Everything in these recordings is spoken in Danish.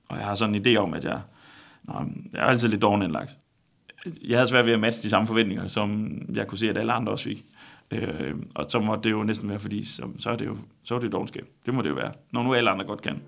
Og jeg har sådan en idé om, at jeg er altid lidt dovenindlagt. Jeg havde svært ved at matche de samme forventninger, som jeg kunne se, at alle andre også fik. Og så må det jo næsten være, fordi så er det dovenskab. Det må det jo være, når nu alle andre godt kan.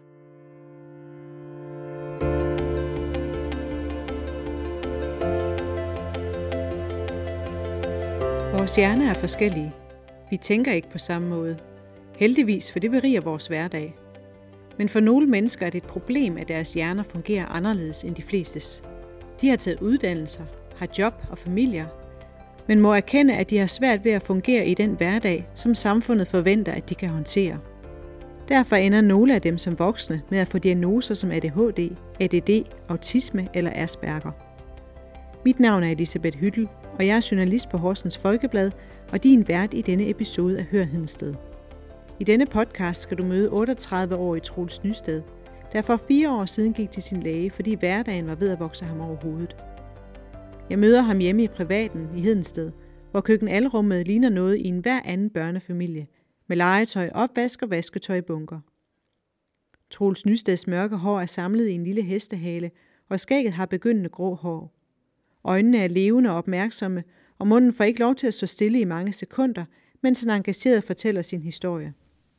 Vores hjerner er forskellige. Vi tænker ikke på samme måde. Heldigvis, for det beriger vores hverdag. Men for nogle mennesker er det et problem, at deres hjerner fungerer anderledes end de flestes. De har taget uddannelser, har job og familier, men må erkende, at de har svært ved at fungere i den hverdag, som samfundet forventer, at de kan håndtere. Derfor ender nogle af dem som voksne med at få diagnoser som ADHD, ADD, autisme eller Asperger. Mit navn er Elisabeth Hyttel, og jeg er journalist på Horsens Folkeblad og din vært i denne episode af Hør Hedensted. I denne podcast skal du møde 38-årige Troels Nysted, der for 4 år siden gik til sin læge, fordi hverdagen var ved at vokse ham over hovedet. Jeg møder ham hjemme i privaten i Hedensted, hvor køkkenalrummet ligner noget i enhver anden børnefamilie, med legetøj, opvask og vasketøj i bunker. Troels Nysteds mørke hår er samlet i en lille hestehale, og skægget har begyndende grå hår. Øjnene er levende og opmærksomme, og munden får ikke lov til at stå stille i mange sekunder, mens han engageret fortæller sin historie.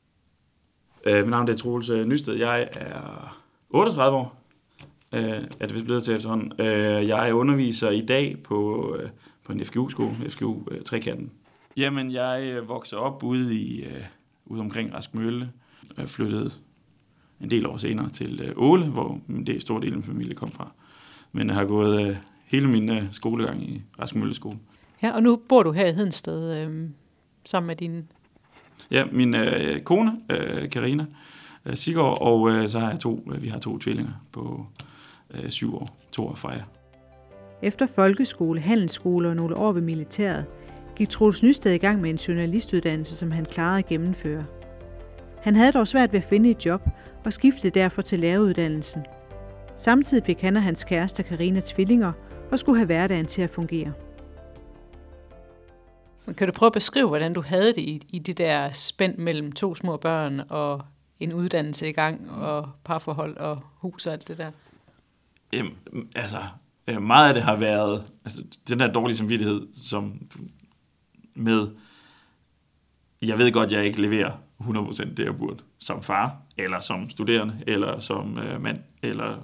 Mit navn er Troels Nysted. Jeg er 38 år. Er det vist blevet til efterhånden. Jeg underviser i dag på en FGU-skole, FGU Trekanten. Jamen, jeg voksede op ude omkring Raskmølle. Jeg flyttede en del år senere til Åle, hvor det store del af min familie kom fra. Men jeg har gået hele min skolegang i Raskmølle skole. Ja, og nu bor du her i Hedensted sammen med din... Ja, min kone, Karina Sigård, og så har vi har 2 tvillinger på 7 år, Thor og Freja. Efter folkeskole, handelsskole og nogle år ved militæret, gik Troels Nysted i gang med en journalistuddannelse, som han klarede at gennemføre. Han havde dog svært ved at finde et job, og skiftede derfor til læreruddannelsen. Samtidig fik han og hans kæreste Karina tvillinger, og skulle have hverdagen til at fungere. Men kan du prøve at beskrive, hvordan du havde det i det der spænd mellem 2 små børn og en uddannelse i gang, og parforhold og hus og alt det der? Meget af det har været den der dårlige samvittighed, som med, jeg ved godt, jeg ikke leverer 100% det, jeg burde, som far, eller som studerende, eller som mand, eller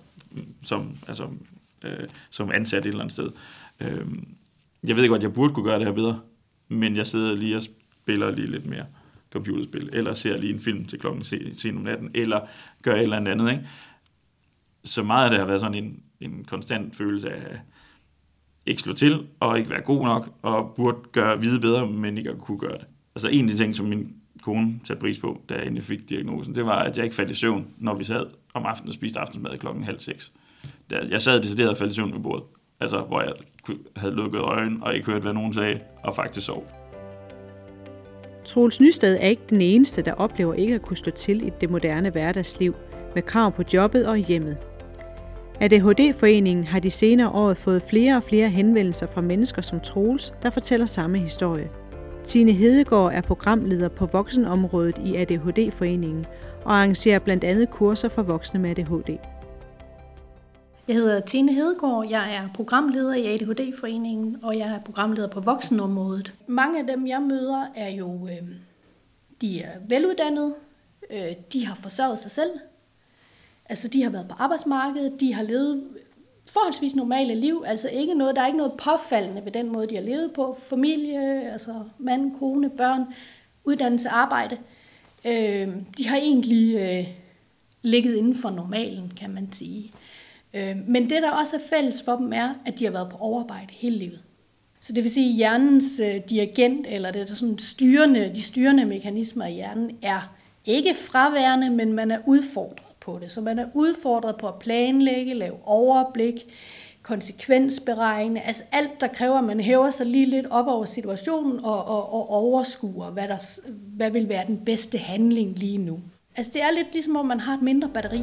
som ansat et eller andet sted. Jeg ved godt, jeg burde kunne gøre det her bedre, men jeg sidder lige og spiller lige lidt mere computerspil, eller ser lige en film til klokken sen om natten, eller gør et eller andet, ikke? Så meget af det har været sådan en konstant følelse af ikke slå til, og ikke være god nok, og burde vide bedre, men ikke at kunne gøre det. Altså en af de ting, som min kone satte pris på, da jeg endelig fik diagnosen, det var, at jeg ikke faldt i søvn, når vi sad om aftenen og spiste aftensmad klokken 5:30. Jeg sad decideret og faldt i søvn ved bordet, altså hvor jeg havde lukket øjnene og ikke hørt, hvad nogen sagde, og faktisk sov. Troels Nysted er ikke den eneste, der oplever ikke at kunne slå til i det moderne hverdagsliv, med krav på jobbet og hjemmet. ADHD-foreningen har de senere år fået flere og flere henvendelser fra mennesker som Troels, der fortæller samme historie. Tine Hedegaard er programleder på voksenområdet i ADHD-foreningen og arrangerer blandt andet kurser for voksne med ADHD. Jeg hedder Tine Hedegaard, jeg er programleder i ADHD-foreningen, og jeg er programleder på voksenområdet. Mange af dem, jeg møder, er jo de er veluddannede, de har forsørget sig selv, altså de har været på arbejdsmarkedet, de har levet forholdsvis normale liv, altså der er ikke noget påfaldende ved den måde, de har levet på. Familie, altså mand, kone, børn, uddannelse, arbejde. De har egentlig ligget inden for normalen, kan man sige. Men det, der også er fælles for dem, er, at de har været på overarbejde hele livet. Så det vil sige, at hjernens dirigent, eller det er sådan de styrende mekanismer i hjernen, er ikke fraværende, men man er udfordret på det. Så man er udfordret på at planlægge, lave overblik, konsekvensberegne, altså alt, der kræver, at man hæver sig lige lidt op over situationen og overskuer, hvad vil være den bedste handling lige nu. Altså det er lidt ligesom, om man har et mindre batteri.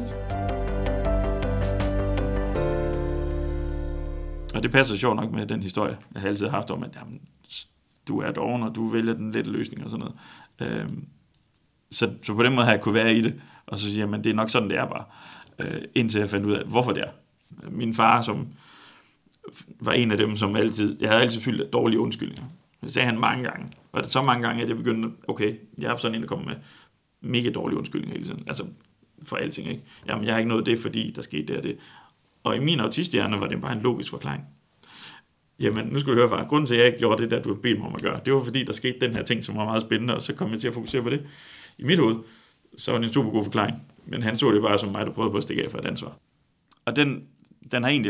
Og det passer sjovt nok med den historie, jeg har altid haft om, at jamen, du er doven, og du vælger den lette løsning og sådan noget. Så på den måde har jeg kunne være i det, og så siger jeg, det er nok sådan, det er bare. indtil jeg fandt ud af, hvorfor det er. Min far, som var en af dem, som altid... Jeg havde altid fyldt af dårlige undskyldninger. Det sagde han mange gange. Og det så mange gange, at jeg begyndte, okay, jeg har sådan en, der kommer med mega dårlige undskyldninger hele tiden. Altså for alting, ikke? Jamen, jeg har ikke nået det, fordi der skete det og det. Og i min autistihjerne var det bare en logisk forklaring. Jamen, nu skal du høre, far. Grunden til, at jeg ikke gjorde det, der du har bedt mig om at gøre, det var fordi, der skete den her ting, som var meget spændende, og så kom jeg til at fokusere på det. I mit hoved, så var det en super god forklaring. Men han så det bare som mig, der prøvede på at stikke af for et ansvar. Og den har egentlig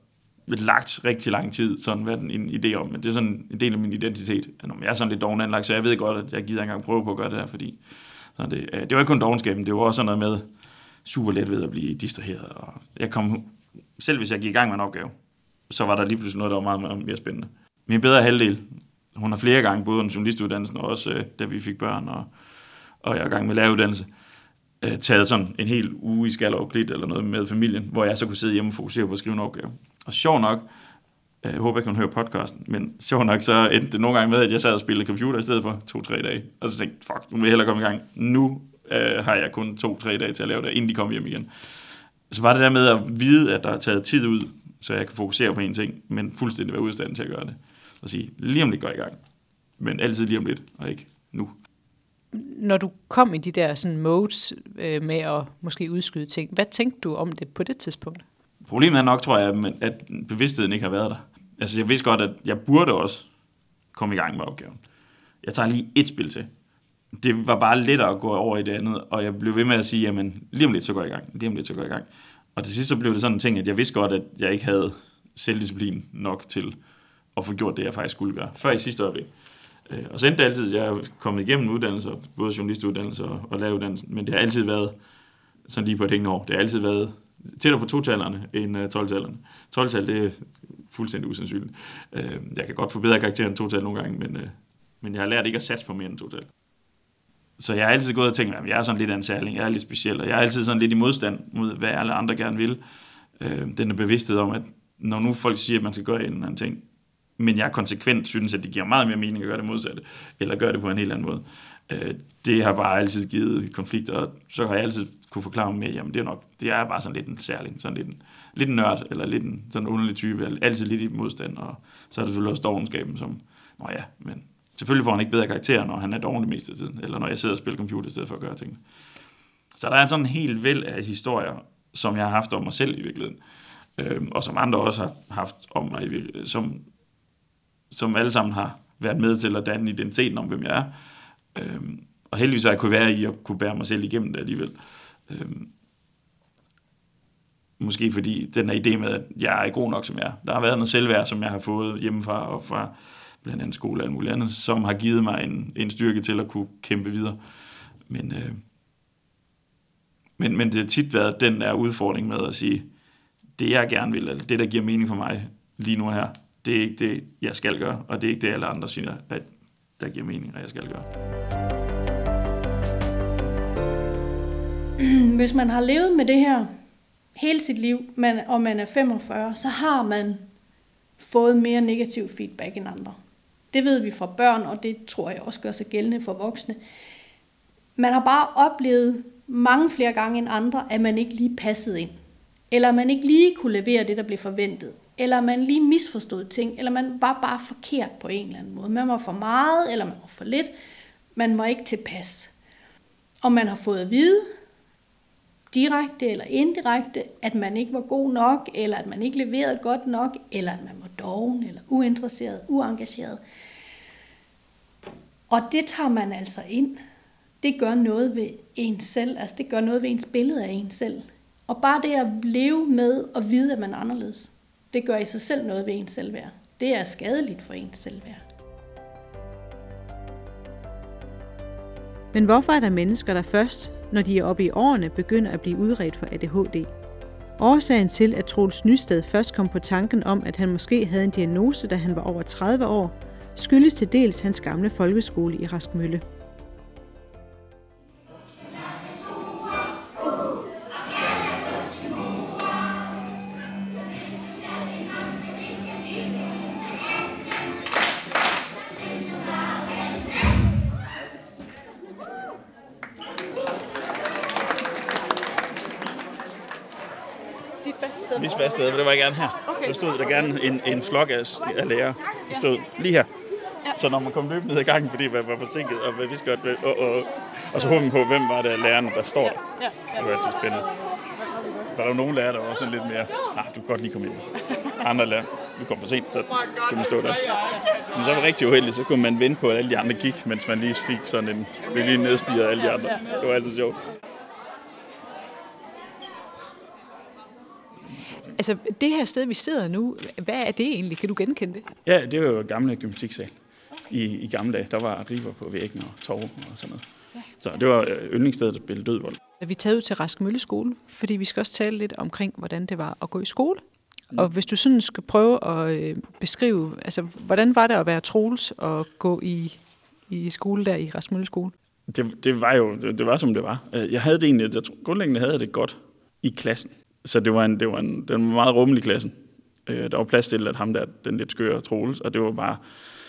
lagt rigtig lang tid, sådan hvad den en idé om, men det er sådan en del af min identitet. Jeg er sådan lidt dovenanlagt, så jeg ved godt, at jeg gider engang prøve på at gøre det her, fordi sådan det var ikke kun dovenskaben, det var også sådan noget med super let ved at blive distraheret. Og jeg kom, selv hvis jeg gik i gang med en opgave, så var der lige pludselig noget, der var meget mere spændende. Min bedre halvdel, hun har flere gange, både under journalistuddannelsen og også da vi fik børn, og jeg er i gang med læreruddannelse, taget sådan en hel uge i Skallerup Klit eller noget med familien, hvor jeg så kunne sidde hjemme og fokusere på at skrive en opgave. Og sjov nok, jeg håber ikke, hun hører podcasten, men sjov nok, så endte det nogle gange med, at jeg sad og spillede computer i stedet for 2-3 dage. Og så tænkte jeg, fuck, nu vil jeg hellere komme i gang. Nu har jeg kun 2-3 dage til at lave det, inden de kommer hjem igen. Så var det der med at vide, at der er taget tid ud, så jeg kan fokusere på en ting, men fuldstændig være udstandet til at gøre det. Og sige, lige om lidt går jeg i gang. Men altid lige om lidt, og ikke nu. Når du kom i de der sådan modes med at måske udskyde ting, hvad tænkte du om det på det tidspunkt? Problemet er nok, tror jeg, at bevidstheden ikke har været der. Altså, jeg vidste godt, at jeg burde også komme i gang med opgaven. Jeg tager lige et spil til. Det var bare lettere at gå over i det andet, og jeg blev ved med at sige, jamen, lige om lidt, så går jeg i gang. Og til sidst så blev det sådan en ting, at jeg vidste godt, at jeg ikke havde selvdisciplin nok til at få gjort det, jeg faktisk skulle gøre. Før i sidste øjeblik. Og så endte det altid, at jeg er kommet igennem uddannelser, både journalistuddannelse og læreruddannelse, men det har altid været sådan lige på et hængende år. Det har altid været tættere på 2-tallerne end 12-tallerne. 12-tal, det er fuldstændig usandsynligt. Jeg kan godt forbedre karakteren 2-tal nogle gange, men jeg har lært ikke at satse på mere end 2-tal. Så jeg har altid gået og tænkt, at jeg er sådan lidt af en særling, jeg er lidt speciel, og jeg er altid sådan lidt i modstand mod, hvad alle andre gerne vil. Den er bevidsthed om, at når nu folk siger, at man skal gøre en eller anden ting, men jeg konsekvent synes, at det giver meget mere mening at gøre det modsatte, eller gøre det på en helt anden måde. Det har bare altid givet konflikter, og så har jeg altid kunne forklare mig med, jamen det er bare sådan lidt en særling, sådan lidt en nørd, eller lidt en sådan underlig type, altid lidt i modstand, og så er det selvfølgelig også dovenskaben, som, men selvfølgelig får han ikke bedre karakterer, når han er doven det meste af tiden, eller når jeg sidder og spiller computer i stedet for at gøre ting. Så der er sådan en helt væld af historier, som jeg har haft om mig selv i virkeligheden, og som andre også har haft om mig i virkeligheden, som alle sammen har været med til at danne identiteten om, hvem jeg er. Og heldigvis har jeg kunne være i at kunne bære mig selv igennem det alligevel. Måske fordi den her idé med, at jeg er ikke god nok, som jeg er. Der har været noget selvværd, som jeg har fået hjemmefra og fra blandt andet skole og alt muligt andet, som har givet mig en styrke til at kunne kæmpe videre. Men det har tit været den der udfordring med at sige, det jeg gerne vil, eller det der giver mening for mig lige nu her, det er ikke det, jeg skal gøre, og det er ikke det, alle andre siger, at der giver mening, at jeg skal gøre. Hvis man har levet med det her hele sit liv, og man er 45, så har man fået mere negativ feedback end andre. Det ved vi fra børn, og det tror jeg også gør sig gældende for voksne. Man har bare oplevet mange flere gange end andre, at man ikke lige passede ind. Eller man ikke lige kunne levere det, der blev forventet. Eller man lige misforstod ting, eller man var bare forkert på en eller anden måde. Man var for meget, eller man var for lidt. Man var ikke tilpas. Og man har fået at vide, direkte eller indirekte, at man ikke var god nok, eller at man ikke leverede godt nok, eller at man var doven, eller uinteresseret, uengageret. Og det tager man altså ind. Det gør noget ved ens selv, altså det gør noget ved ens billede af ens selv. Og bare det at leve med og vide, at man er anderledes, det gør i sig selv noget ved ens selvværd. Det er skadeligt for ens selvværd. Men hvorfor er der mennesker, der først, når de er oppe i årene, begynder at blive udredt for ADHD? Årsagen til, at Troels Nysted først kom på tanken om, at han måske havde en diagnose, da han var over 30 år, skyldes til dels hans gamle folkeskole i Raskmølle. dit faste sted? Mit faste sted, for det var gerne her. Okay. Der stod der gerne en flok af lærere. De stod lige her. Ja. Så når man kom løbende ned ad gangen, fordi man var forsinket, og man vidste godt, og så håber man på, hvem var det af lærerne, der står der. Ja. Det var altid spændende. Der var nogle lærere, der var sådan lidt mere, du kan godt lige komme ind. Andre lærere, vi kom for sent, så kunne man stå der. Men så var det rigtig uheldigt, så kunne man vente på, at alle de andre gik, mens man lige fik sådan en, lige nedstiget af alle de andre. Det var altid sjovt. Altså, det her sted, vi sidder nu, hvad er det egentlig? Kan du genkende det? Ja, det var jo gamle gymnastiksal. I gamle dage, der var river på væggen og tårer og sådan noget. Ja. Så det var yndlingsstedet at spille dødbold. Vi er taget ud til Rask Mølle skole, fordi vi skal også tale lidt omkring, hvordan det var at gå i skole. Og hvis du sådan skal prøve at beskrive, altså, hvordan var det at være Troels og gå i skole der i Rask Mølle skole? Det var som det var. Jeg havde det egentlig, grundlæggende havde jeg det godt i klassen. Så det var en meget rummelig klasse. Der var plads til, at ham der, den lidt skøre Troels, og det var bare...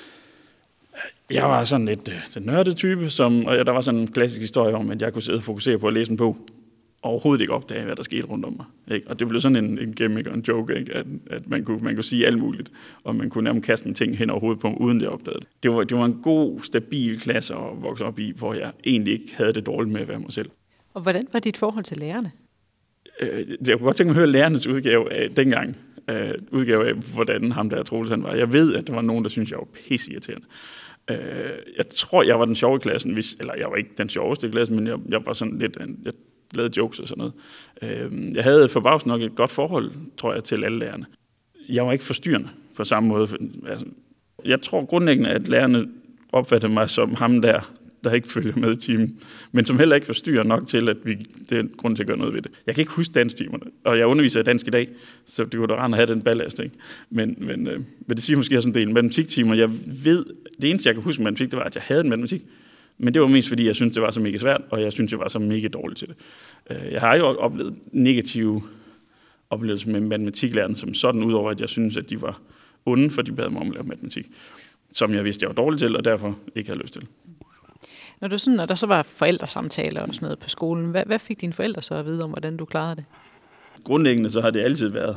Jeg var sådan lidt den nørdede type, og der var sådan en klassisk historie om, at jeg kunne sidde og fokusere på at læse en bog, og overhovedet ikke opdage, hvad der skete rundt om mig. Ikke? Og det blev sådan en gimmick og en joke, ikke? At man kunne sige alt muligt, og man kunne nærmest kaste en ting hen over hovedet på mig, kunne det. Det var en god, stabil klasse at vokse op i, hvor jeg egentlig ikke havde det dårligt med at være mig selv. Og hvordan var dit forhold til lærerne? Jeg kunne godt tænke mig at høre lærernes udgave af dengang. Udgave af, hvordan ham der Troels han var. Jeg ved, at der var nogen, der syntes, jeg var pisseirriterende. Jeg tror, jeg var den sjove i klassen, eller jeg var ikke den sjoveste i klassen, men jeg var sådan lidt, jeg lavede jokes og sådan noget. Jeg havde forbavsende nok et godt forhold, tror jeg, til alle lærerne. Jeg var ikke forstyrrende på samme måde. Altså, jeg tror grundlæggende, at lærerne opfattede mig som ham der ikke følger med i timen, men som heller ikke forstyrrer nok til, at det er grund til at gøre noget ved det. Jeg kan ikke huske dansktimerne, og jeg underviser i dansk i dag, så det kunne da rart at have den ballast, ikke? Men det siger måske også en del. Matematiktimer, jeg ved, det eneste, jeg kan huske med matematik, det var, at jeg havde en matematik, men det var mest, fordi jeg syntes, det var så mega svært, og jeg synes, jeg var så mega dårlig til det. Jeg har jo oplevet negative oplevelser med matematiklærerne som sådan, udover at jeg synes, at de var onde, for de bad mig om at lære matematik, som jeg vidste, jeg var dårlig til, og derfor ikke havde lyst til. Når der så var forældresamtaler og sådan noget på skolen, hvad fik dine forældre så at vide om, hvordan du klarede det? Grundlæggende så har det altid været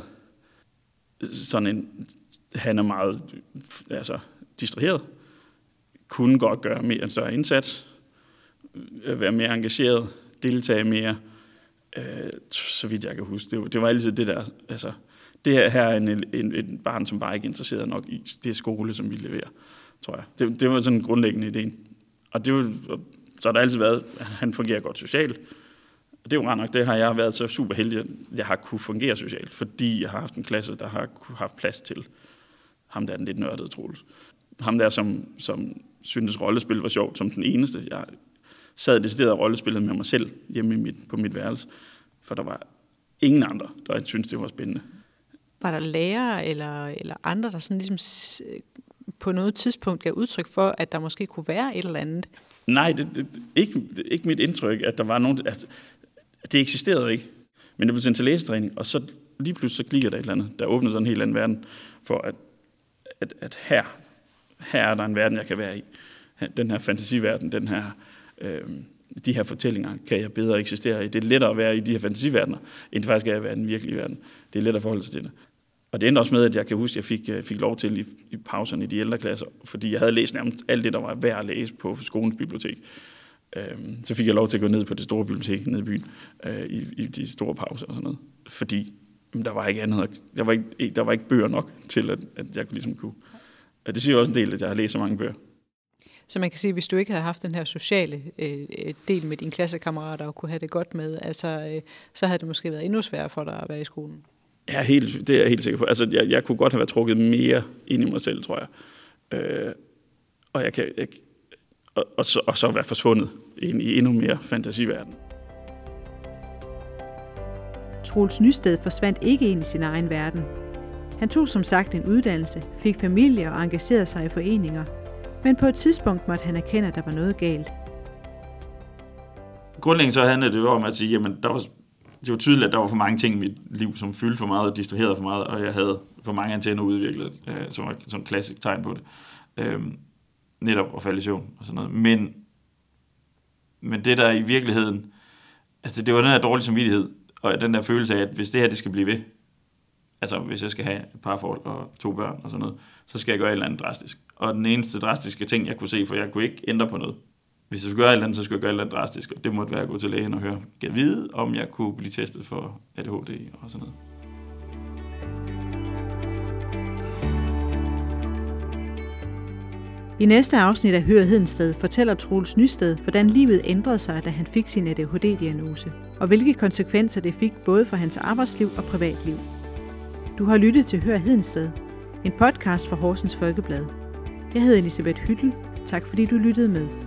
sådan han er meget distraheret, kunne godt gøre en større indsats, være mere engageret, deltage mere, så vidt jeg kan huske. Det var altid det der, altså, det her er en barn, som bare ikke er interesseret nok i det skole, som vi leverer, tror jeg. Det var sådan en grundlæggende idé. Og så har der altid været, at han fungerer godt socialt. Og det er jo ret nok, det har jeg været så super heldig, at jeg har kunne fungere socialt, fordi jeg har haft en klasse, der har haft plads til ham, der er den lidt nørdede Troels. Ham der, som syntes rollespil var sjovt, som den eneste. Jeg sad decideret og rollespillede med mig selv hjemme på mit værelse, for der var ingen andre, der syntes, det var spændende. Var der lærere eller andre, der sådan ligesom på noget tidspunkt gav udtryk for, at der måske kunne være et eller andet? Nej, det ikke mit indtryk, at der var nogen... Altså, det eksisterede ikke. Men det blev sendt til læsetræning, og så lige pludselig så klikker der et eller andet. Der åbnede sådan en helt anden verden, for at her er der en verden, jeg kan være i. Den her fantasiverden, de her fortællinger, kan jeg bedre eksistere i. Det er lettere at være i de her fantasiverdener, end det faktisk er at være i den virkelige verden. Det er lettere at forholde sig til det. Og det endte også med, at jeg kan huske, at jeg fik lov til i pauserne i de ældre klasser, fordi jeg havde læst nærmest alt det, der var værd at læse på skolens bibliotek. Så fik jeg lov til at gå ned på det store bibliotek nede i byen, i de store pauser og sådan noget. Fordi der var ikke andet, der var ikke bøger nok til, at jeg ligesom kunne. Det siger også en del, at jeg har læst så mange bøger. Så man kan sige, at hvis du ikke havde haft den her sociale del med dine klassekammerater og kunne have det godt med, altså, så havde det måske været endnu sværere for dig at være i skolen. Ja, det er jeg helt sikker på. Altså, jeg kunne godt have været trukket mere ind i mig selv, tror jeg. Og så være forsvundet ind i endnu mere fantasiverden. Troels Nysted forsvandt ikke ind i sin egen verden. Han tog som sagt en uddannelse, fik familie og engagerede sig i foreninger. Men på et tidspunkt måtte han erkende, at der var noget galt. Grundlæggende så handlede det jo om at sige, jamen det var tydeligt, at der var for mange ting i mit liv, som fyldte for meget og distraherede for meget, og jeg havde for mange antenner udviklet, som var sådan et klassisk tegn på det. Netop at falde i søvn og sådan noget. Men det der i virkeligheden, altså det var den her dårlige samvittighed, Og den der følelse af, at hvis det her det skal blive ved, altså hvis jeg skal have et parforhold og 2 børn og sådan noget, så skal jeg gøre et eller andet drastisk. Og den eneste drastiske ting, jeg kunne se, for jeg kunne ikke ændre på noget. Hvis jeg skulle gøre et eller andet, så skulle jeg gøre et eller andet drastisk. Og det måtte være at gå til lægen og høre, kan jeg vide, om jeg kunne blive testet for ADHD og sådan noget. I næste afsnit af Hør Hedensted fortæller Troels Nysted, hvordan livet ændrede sig, da han fik sin ADHD-diagnose, og hvilke konsekvenser det fik både for hans arbejdsliv og privatliv. Du har lyttet til Hør Hedensted, en podcast fra Horsens Folkeblad. Jeg hedder Elisabeth Hyttel. Tak fordi du lyttede med.